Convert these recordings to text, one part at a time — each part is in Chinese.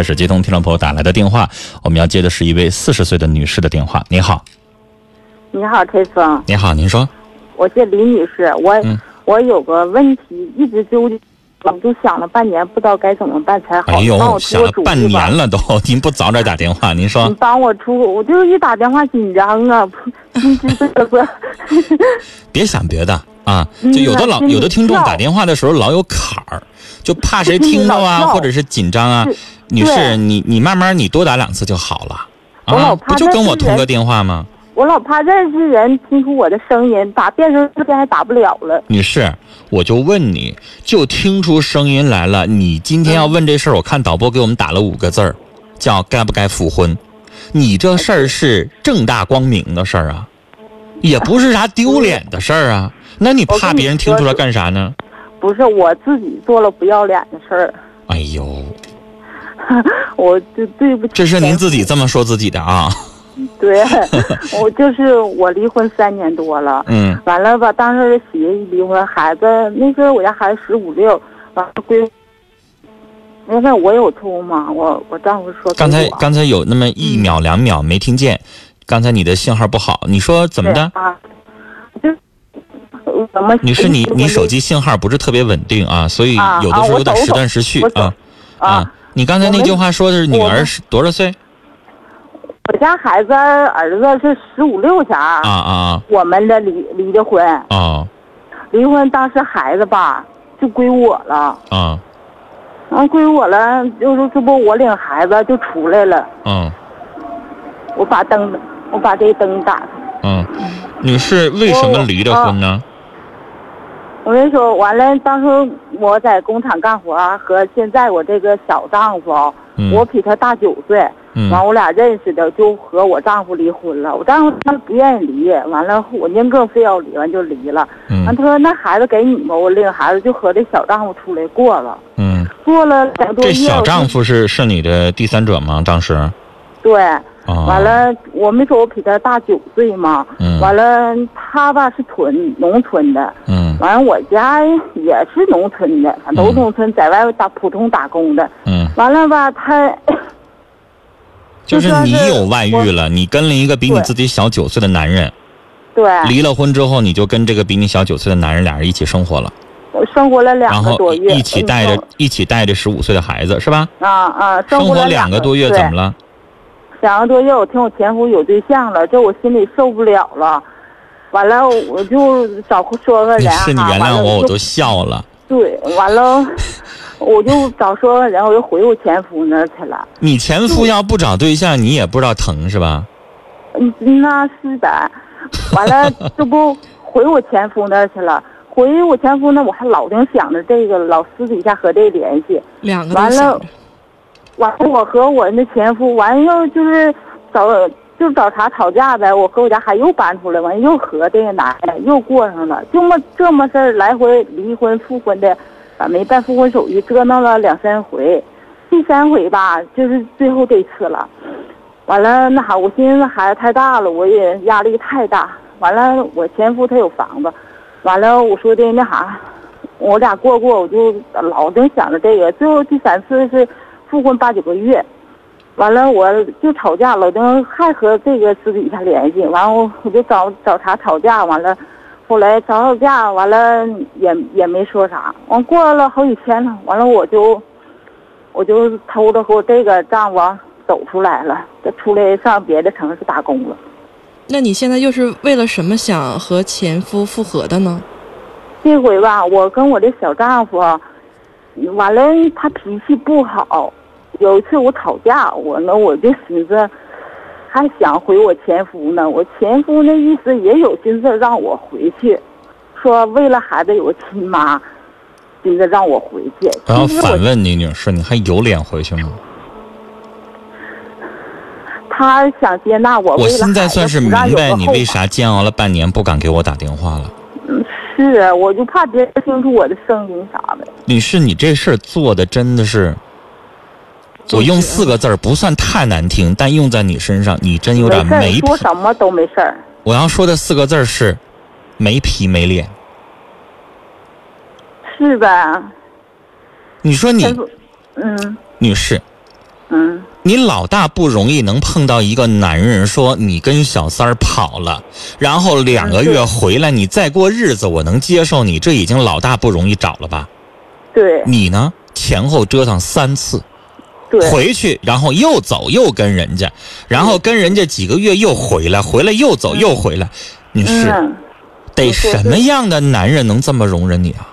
开始接通听众朋友打来的电话，我们要接的是一位40岁的女士的电话。你好。 你好，陈峰。 你好，您说。 我是李女士，我有个问题一直就想了半年，不知道该怎么办才好。 哎呦，想了半年了都，您不早点打电话？您说。 你帮我我就一打电话紧张啊，心知嘚瑟。 别想别的啊，就有的听众打电话的时候老有坎儿，就怕谁听到啊，或者是紧张啊。女士，你慢慢你多打2次就好了啊，不就跟我通个电话吗？ 我老怕认识人听出我的声音，打变声这边还打不了了。 女士，我就问你，就听出声音来了。你今天要问这事儿，我看导播给我们打了5个字儿，叫该不该复婚。你这事儿是正大光明的事儿啊，也不是啥丢脸的事儿啊。那你怕别人听出来干啥呢？ 不是我自己做了不要脸的事儿。 哎呦， 我就对不起。 这是您自己这么说自己的啊？ 对，我离婚3年多了，完了吧，当时协议离婚，孩子那时候我家孩子15、16，完了因为我有错嘛，我丈夫说。 刚才有那么1秒2秒没听见，刚才你的信号不好，你说怎么的？女士，你手机信号不是特别稳定啊，所以有的时候有点时断时续啊。你刚才那句话说的是女儿是多少岁？ 我家孩子儿子是15、16前我们的离的婚离婚当时孩子吧就归我了归我了，就是这不我领孩子就出来了我把这灯打开女士为什么离的婚呢？ 我跟你说，完了，当时我在工厂干活和现在我这个小丈夫我比他大9岁完我俩认识的，就和我丈夫离婚了。我丈夫他不愿意离，完了我宁可非要离，完就离了。完他说那孩子给你吧，我领孩子就和这小丈夫出来过了。过了2个多月。这小丈夫是你的第三者吗？当时？ 对。完了，我没说我比他大9岁吗？完了，他吧是农村的。完了，我家也是农村的，都农村，在外普通打工的。完了吧，他。 就是你有外遇了，你跟了一个比你自己小9岁的男人， 对， 离了婚之后，你就跟这个比你小9岁的男人俩人一起生活了， 生活了2个多月， 然后一起带着15岁的孩子，是吧？ 生活2个多月，怎么了 ？2个多月，我听我前夫有对象了，这我心里受不了了，完了我就找说个人是你原谅我都笑了。 对，完了。我就早说，然后我又回我前夫那儿去了。 你前夫要不找对象，你也不知道疼是吧？ 那是的。完了，这不回我前夫那儿去了。回我前夫那，我还老定想着这个，老私底下和这联系。 2个完了，我和我那前夫完又就是找茬吵架呗。我和我家孩子又搬出来，完又和这个男的又过上了，这么事儿来回离婚复婚的。没办复婚手续，折腾了2、3回，第3回吧，就是最后这次了。完了，那好，我寻思孩子太大了，我也压力太大。完了，我前夫他有房子，完了我说的那啥，我俩过，我就老正想着这个。最后第3次是复婚8、9个月，完了我就吵架，老正还和这个私底下联系，完了我就找茬吵架，完了。后来吵架，完了也没说啥，完过了好几天了，完了我就偷着和我这个丈夫走出来了，就出来上别的城市打工了。 那你现在又是为了什么想和前夫复合的呢？ 这回吧，我跟我这小丈夫，完了他脾气不好，有一次我吵架，我就寻思。还想回我前夫呢，我前夫那意思也有心思让我回去，说为了孩子有个亲妈，寻思让我回去。 然后反问你女士，你还有脸回去吗？ 他想接纳我。 我现在算是明白你为啥煎熬了半年不敢给我打电话了。 是，我就怕别人听出我的声音啥的。 女士，你这事儿做的真的是。我用4个字不算太难听，但用在你身上，你真有点没说什么都没事儿。 我要说的4个字是，没皮没脸。 是吧？ 你说你，女士， 你老大不容易能碰到一个男人说你跟小三儿跑了，然后2个月回来，你再过日子我能接受你，这已经老大不容易找了吧？ 对。 你呢？前后折腾3次， 对， 回去然后又走又跟人家，然后跟人家几个月又回来，回来又走又回来，女士，得什么样的男人能这么容忍你啊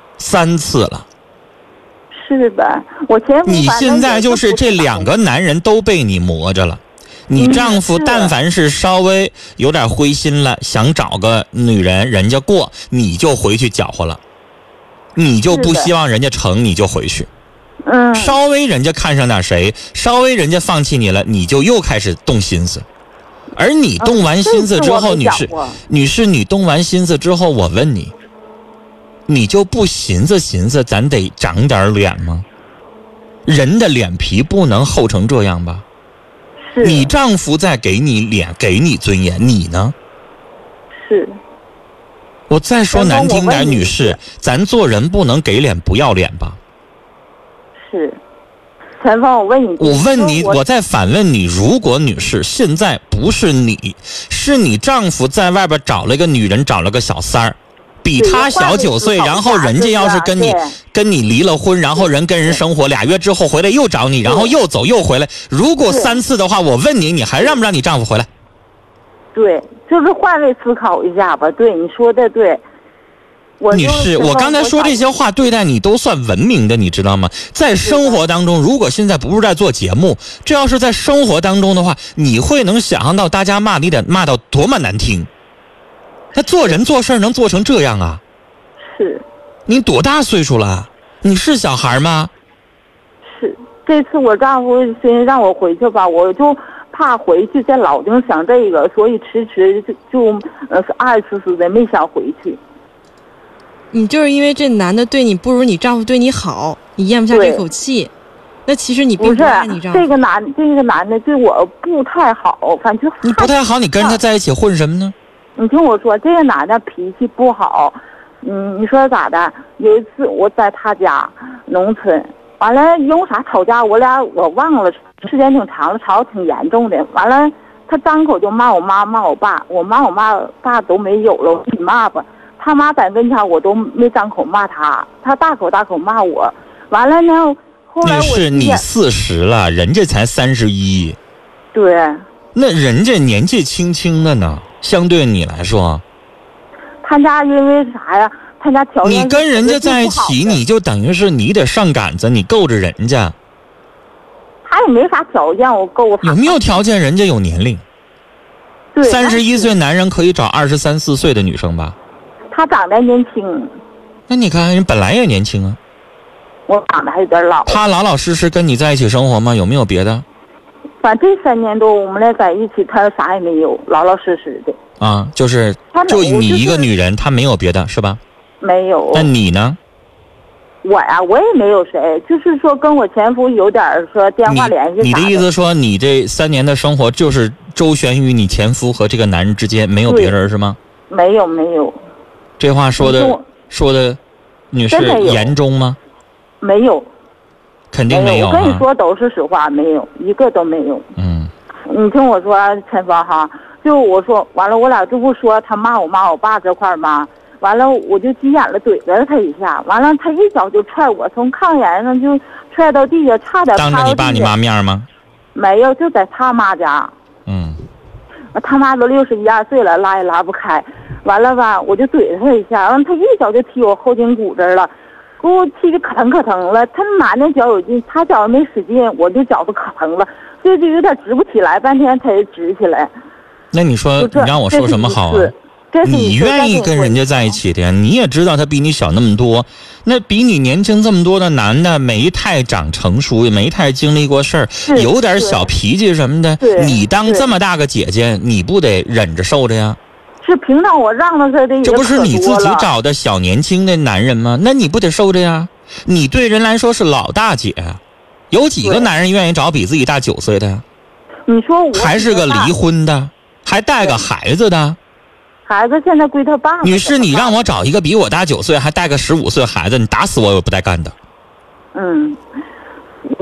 ？3次了。 是吧？我前夫你现在就是这2个男人都被你磨着了。你丈夫但凡是稍微有点灰心了，想找个女人人家过，你就回去搅和了，你就不希望人家成，你就回去。稍微人家看上点谁，稍微人家放弃你了，你就又开始动心思。而你动完心思之后，女士，你动完心思之后，我问你，你就不寻思寻思咱得长点脸吗？人的脸皮不能厚成这样吧？ 是。 你丈夫在给你脸，给你尊严，你呢？ 是。 我再说难听点，女士，咱做人不能给脸不要脸吧？ 是。陈芳，我问你， 我再反问你，如果女士现在不是你，是你丈夫在外边找了个女人，找了个小三儿，比他小9岁，然后人家要是跟你离了婚，然后人跟人生活2月之后回来又找你，然后又走又回来，如果3次的话，我问你，你还让不让你丈夫回来？ 对，就是换位思考一下吧。对，你说的对。 女士，我刚才说这些话对待你都算文明的，你知道吗？在生活当中，如果现在不是在做节目，这要是在生活当中的话，你会能想象到大家骂你得骂到多么难听。他做人做事能做成这样啊？ 是。 你多大岁数了？你是小孩吗？ 是。这次我丈夫先让我回去吧，我就怕回去在老丁想这个，所以迟就24次的没想回去。 你就是因为这男的对你不如你丈夫对你好，你咽不下这口气。那其实你并不爱你丈夫。 这个男的对我不太好，反正你不太好，你跟他在一起混什么呢？ 你听我说，这个男的脾气不好。你说咋的？有一次我在他家农村，完了因为啥吵架，我忘了，时间挺长了，吵挺严重的。完了他张口就骂我妈骂我爸，我妈爸都没有了，我自己骂吧。他妈在跟前，我都没张口骂他，他大口骂我。完了呢，后来你40了，人家才31。 对。 那人家年纪轻轻的呢，相对你来说。 他家因为啥呀？他家条件。 你跟人家在一起，你就等于是你得上杆子，你够着人家。 他也没啥条件，我够他。 有没有条件？人家有年龄。 对。 31岁男人可以找23、24岁的女生吧？ 他长得年轻。 那你看人本来也年轻啊。 我长得还有点老。 他老老实实跟你在一起生活吗？有没有别的？ 反正这3年多我们俩在一起，他啥也没有，老老实实的。 啊，就你一个女人，他没有别的是吧？ 没有。 那你呢？ 我也没有谁，就是说跟我前夫有点说电话联系啥的。 你的意思说，你这3年的生活就是周旋于你前夫和这个男人之间，没有别人是吗？ 没有。 这话说的，女士严重吗？ 没有， 肯定没有。 我跟你说都是实话，没有一个都没有。你听我说，陈芳哈，就我说完了，我俩这不说他骂我妈我爸这块吗？完了我就急眼了，怼了他一下，完了他一脚就踹我，从炕沿上就踹到地下，差点。 当着你爸你妈面吗？ 没有，就在他妈家。他妈都61、2岁了，拉也拉不开。完了吧，我就怼他一下，完了他一脚就踢我后颈骨这儿了，给我踢的可疼了。他男的脚有劲，他脚没使劲，我这脚都可疼了，所以就有点直不起来，半天才直起来。 那你说你让我说什么好啊？你愿意跟人家在一起的，你也知道他比你小那么多，那比你年轻这么多的男的没太长成熟，也没太经历过事儿，有点小脾气什么的，你当这么大个姐姐，你不得忍着受着呀？ 是平常我让了他的， 这不是你自己找的小年轻的男人吗？那你不得受着呀？你对人来说是老大姐，有几个男人愿意找比自己大9岁的呀？ 你说我还是个离婚的，还带个孩子的。 孩子现在归他爸。 女士，你让我找一个比我大9岁还带个15岁孩子，你打死我也不带干的。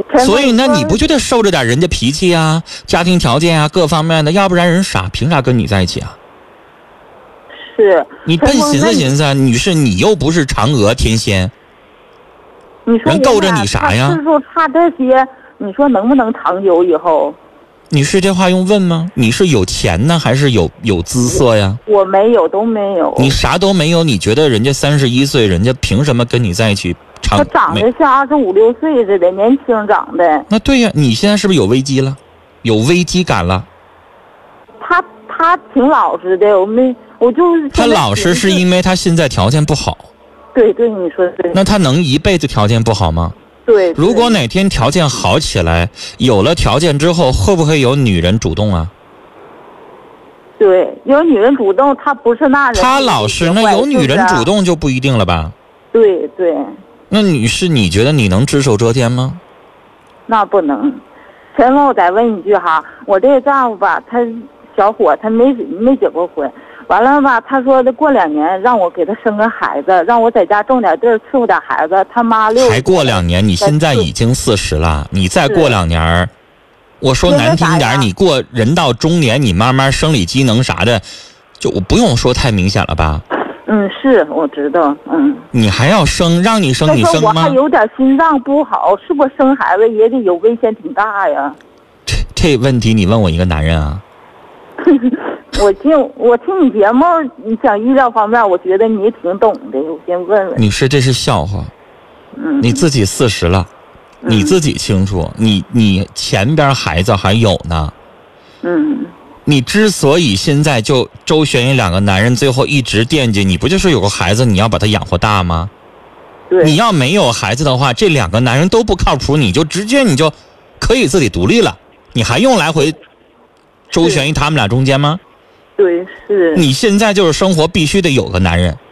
所以呢，你不就得受着点人家脾气啊、家庭条件啊各方面的，要不然人傻，凭啥跟你在一起啊？ 是。 你笨寻思寻思，女士，你又不是嫦娥天仙， 你说人够着你啥呀？ 次数差这些，你说能不能长久以后？ 女士，这话用问吗？你是有钱呢，还是有姿色呀？ 我没有，都没有。 你啥都没有，你觉得人家31岁，人家凭什么跟你在一起？ 他长得像25、26岁似的，年轻长的。 那对呀，你现在是不是有危机了？有危机感了？ 他挺老实的，我就他老实是因为他现在条件不好。 对，你说对。 那他能一辈子条件不好吗？ 对。 如果哪天条件好起来，有了条件之后，会不会有女人主动啊？ 对，有女人主动，他不是那人。 他老实，那有女人主动就不一定了吧？ 对。 那女士，你觉得你能只手遮天吗？ 那不能。前面我再问一句哈，我这个丈夫吧，他小伙，他没结过婚。完了吧，他说的过2年让我给他生个孩子，让我在家种点地儿伺候点孩子。他妈60 还过2年，你现在已经40了，你再过2年，我说难听点，你过人到中年，你慢慢生理机能啥的，就我不用说太明显了吧？ 是我知道， 你还要生，让你生你生吗？ 我还有点心脏不好，是不是生孩子也得有危险挺大呀？ 这问题你问我一个男人啊？ 我听你节目，你讲医疗方面，我觉得你也挺懂的，我先问问。 女士，这是笑话。你自己40了，你自己清楚，你前边孩子还有呢。你之所以现在就周旋于2个男人，最后一直惦记你，不就是有个孩子，你要把他养活大吗？ 对。 你要没有孩子的话，这2个男人都不靠谱，你就直接可以自己独立了，你还用来回周旋于他们俩中间吗？ 对，是。 你现在就是生活必须得有个男人。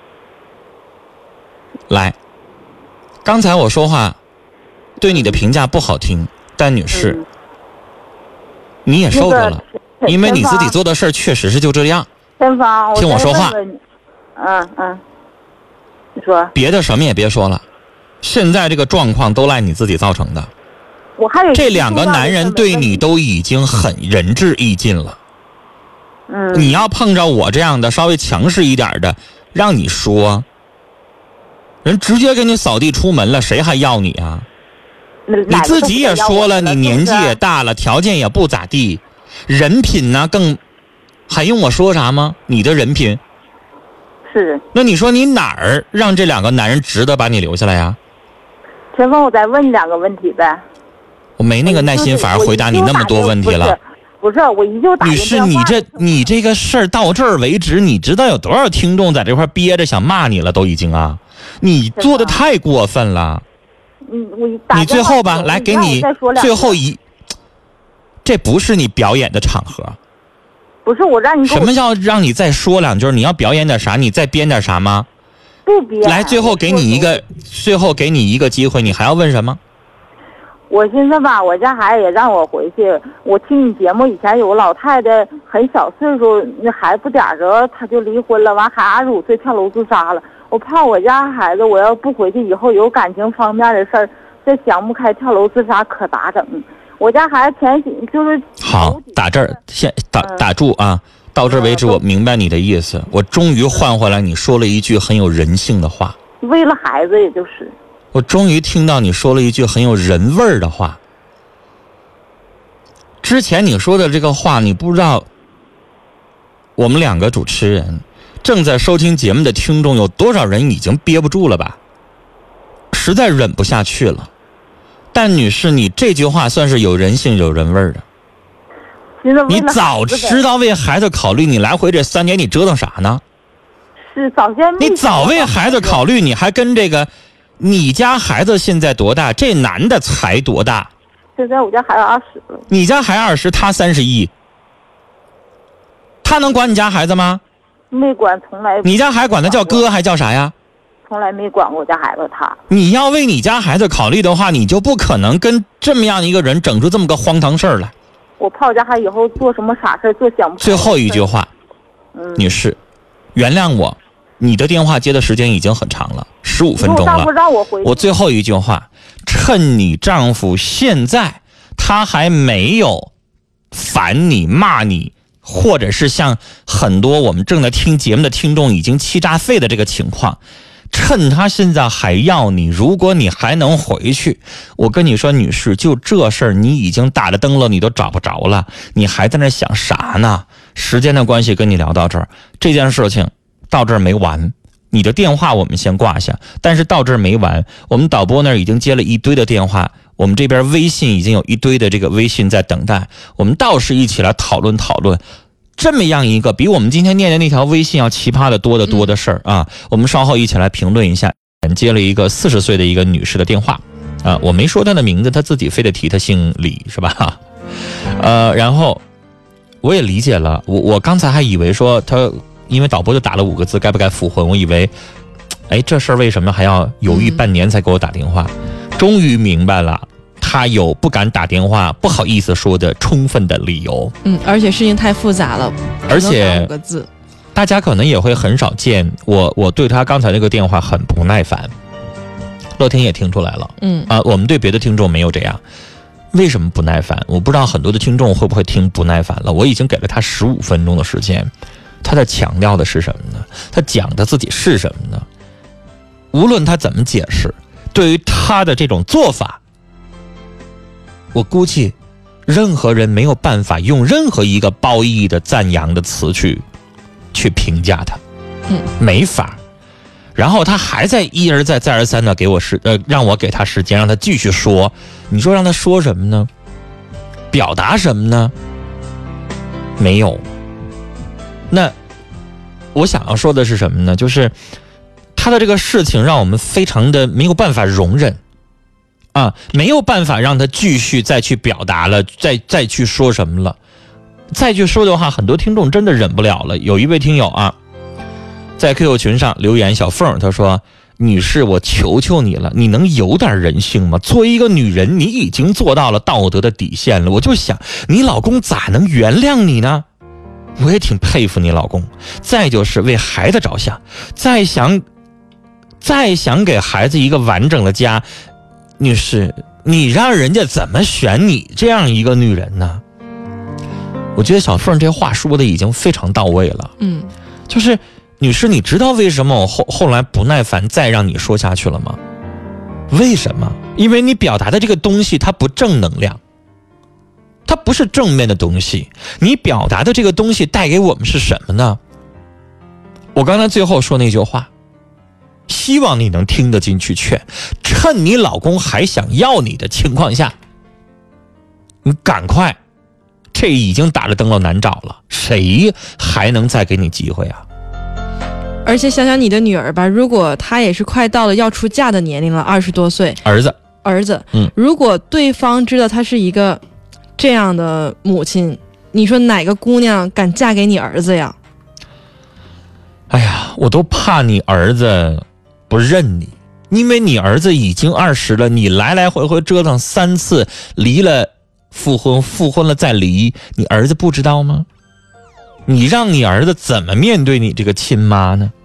来，刚才我说话对你的评价不好听，但女士，你也受着了，因为你自己做的事儿确实是就这样。 前方， 听我说话。 你说。 别的什么也别说了，现在这个状况都赖你自己造成的。 我还有这2个男人对你都已经很仁至义尽了。你要碰着我这样的稍微强势一点的，让你说，人直接给你扫地出门了，谁还要你啊？你自己也说了，你年纪也大了，条件也不咋地，人品呢更还用我说啥吗？你的人品是。 那你说你哪儿让这2个男人值得把你留下来呀？ 陈峰，我再问2个问题呗。 我没那个耐心反而回答你那么多问题了。 不是，我一就打女士，你这个事儿到这儿为止，你知道有多少听众在这块憋着想骂你了都已经啊？你做的太过分了。你最后吧，来给你最后这不是你表演的场合。 不是我让你。 什么叫让你再说2句？你要表演点啥？你再编点啥吗？ 不编。 来，最后给你一个机会，你还要问什么？ 我寻思吧，我家孩子也让我回去。我听你节目，以前有个老太太很小岁数，那孩子不点着，她就离婚了，完还25岁跳楼自杀了。我怕我家孩子，我要不回去以后有感情方面的事儿，这想不开跳楼自杀可咋整？我家孩子就是好，打这儿先打住啊！到这儿为止，我明白你的意思。我终于换回来，你说了一句很有人性的话。 为了孩子，也就是。 我终于听到你说了一句很有人味儿的话。之前你说的这个话，你不知道我们2个主持人正在收听节目的听众有多少人已经憋不住了吧？实在忍不下去了。但女士，你这句话算是有人性有人味儿的。你早知道为孩子考虑，你来回这3年你折腾啥呢？ 是早先你早为孩子考虑，你还跟这个你家孩子现在多大？这男的才多大？ 现在我家孩子20了。 你家孩子20，他31，他能管你家孩子吗？ 没管，从来。 你家孩子管他叫哥还叫啥呀？ 从来没管过我家孩子他。 你要为你家孩子考虑的话，你就不可能跟这么样一个人整出这么个荒唐事儿来。 我怕我家孩子以后做什么傻事做想不开。 最后一句话，女士，原谅我， 你的电话接的时间已经很长了，15分钟了。我最后一句话，趁你丈夫现在他还没有烦你骂你，或者是像很多我们正在听节目的听众已经气炸肺的这个情况，趁他现在还要你，如果你还能回去，我跟你说女士，就这事儿你已经打了灯了，你都找不着了，你还在那想啥呢？时间的关系跟你聊到这儿，这件事情到这儿没完，你的电话我们先挂下，但是到这儿没完，我们导播那儿已经接了一堆的电话，我们这边微信已经有一堆的这个微信在等待，我们倒是一起来讨论讨论这么样一个比我们今天念的那条微信要奇葩的多得多的事儿啊！我们稍后一起来评论一下。接了一个40岁的一个女士的电话啊，我没说她的名字，她自己非得提她姓李是吧？然后我也理解了，我刚才还以为说她因为导播就打了5个字该不该复婚，我以为这事儿为什么还要犹豫半年才给我打电话？终于明白了。他有不敢打电话不好意思说的充分的理由， 而且事情太复杂了， 而且大家可能也会很少见我对他刚才那个电话很不耐烦，乐天也听出来了，我们对别的听众没有这样，为什么不耐烦？我不知道很多的听众会不会听不耐烦了。我已经给了他15分钟的时间，他在强调的是什么呢？他讲的自己是什么呢？无论他怎么解释，对于他的这种做法，我估计任何人没有办法用任何一个褒义的赞扬的词去评价他，没法。然后他还在一而再再而三的给我让我给他时间，让他继续说。你说让他说什么呢？表达什么呢？没有。那我想要说的是什么呢？就是他的这个事情让我们非常的没有办法容忍。没有办法让他继续再去表达了，再去说什么了，再去说的话，很多听众真的忍不了了。有一位听友在 QQ 群上留言，小凤他说：“女士，我求求你了，你能有点人性吗？作为一个女人，你已经做到了道德的底线了。我就想，你老公咋能原谅你呢？我也挺佩服你老公。再就是为孩子着想，再想给孩子一个完整的家。”女士，你让人家怎么选你这样一个女人呢？我觉得小凤这话说的已经非常到位了。就是女士，你知道为什么我后来不耐烦再让你说下去了吗？为什么？因为你表达的这个东西它不正能量，它不是正面的东西。你表达的这个东西带给我们是什么呢？我刚才最后说那句话，希望你能听得进去劝，趁你老公还想要你的情况下，你赶快，这已经打了灯笼难找了，谁还能再给你机会啊？ 而且想想你的女儿吧，如果她也是快到了要出嫁的年龄了，20多岁，儿子，如果对方知道她是一个这样的母亲，你说哪个姑娘敢嫁给你儿子呀？ 哎呀，我都怕你儿子不认你，因为你儿子已经20了，你来来回回折腾3次，离了复婚，复婚了再离，你儿子不知道吗？你让你儿子怎么面对你这个亲妈呢？